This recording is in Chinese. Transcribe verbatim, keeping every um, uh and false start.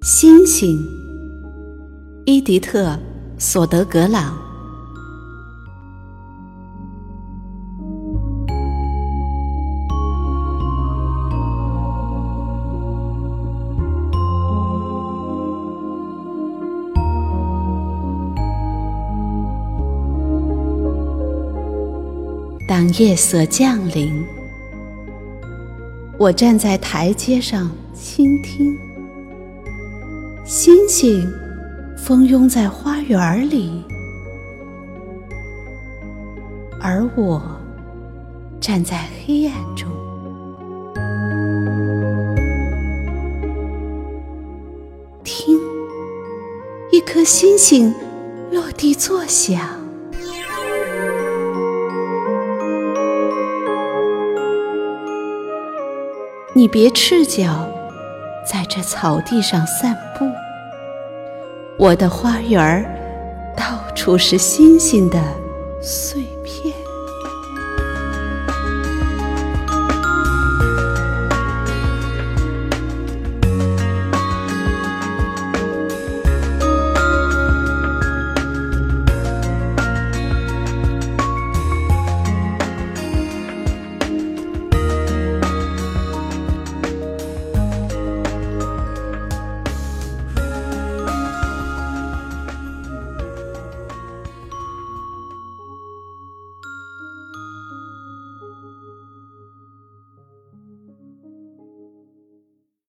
星星，伊迪特·索德格朗。当夜色降临，我站在台阶上倾听，星星蜂拥在花园里，而我站在黑暗中。听，一颗星星落地作响。你别赤脚在这草地上散步，我的花园到处是星星的碎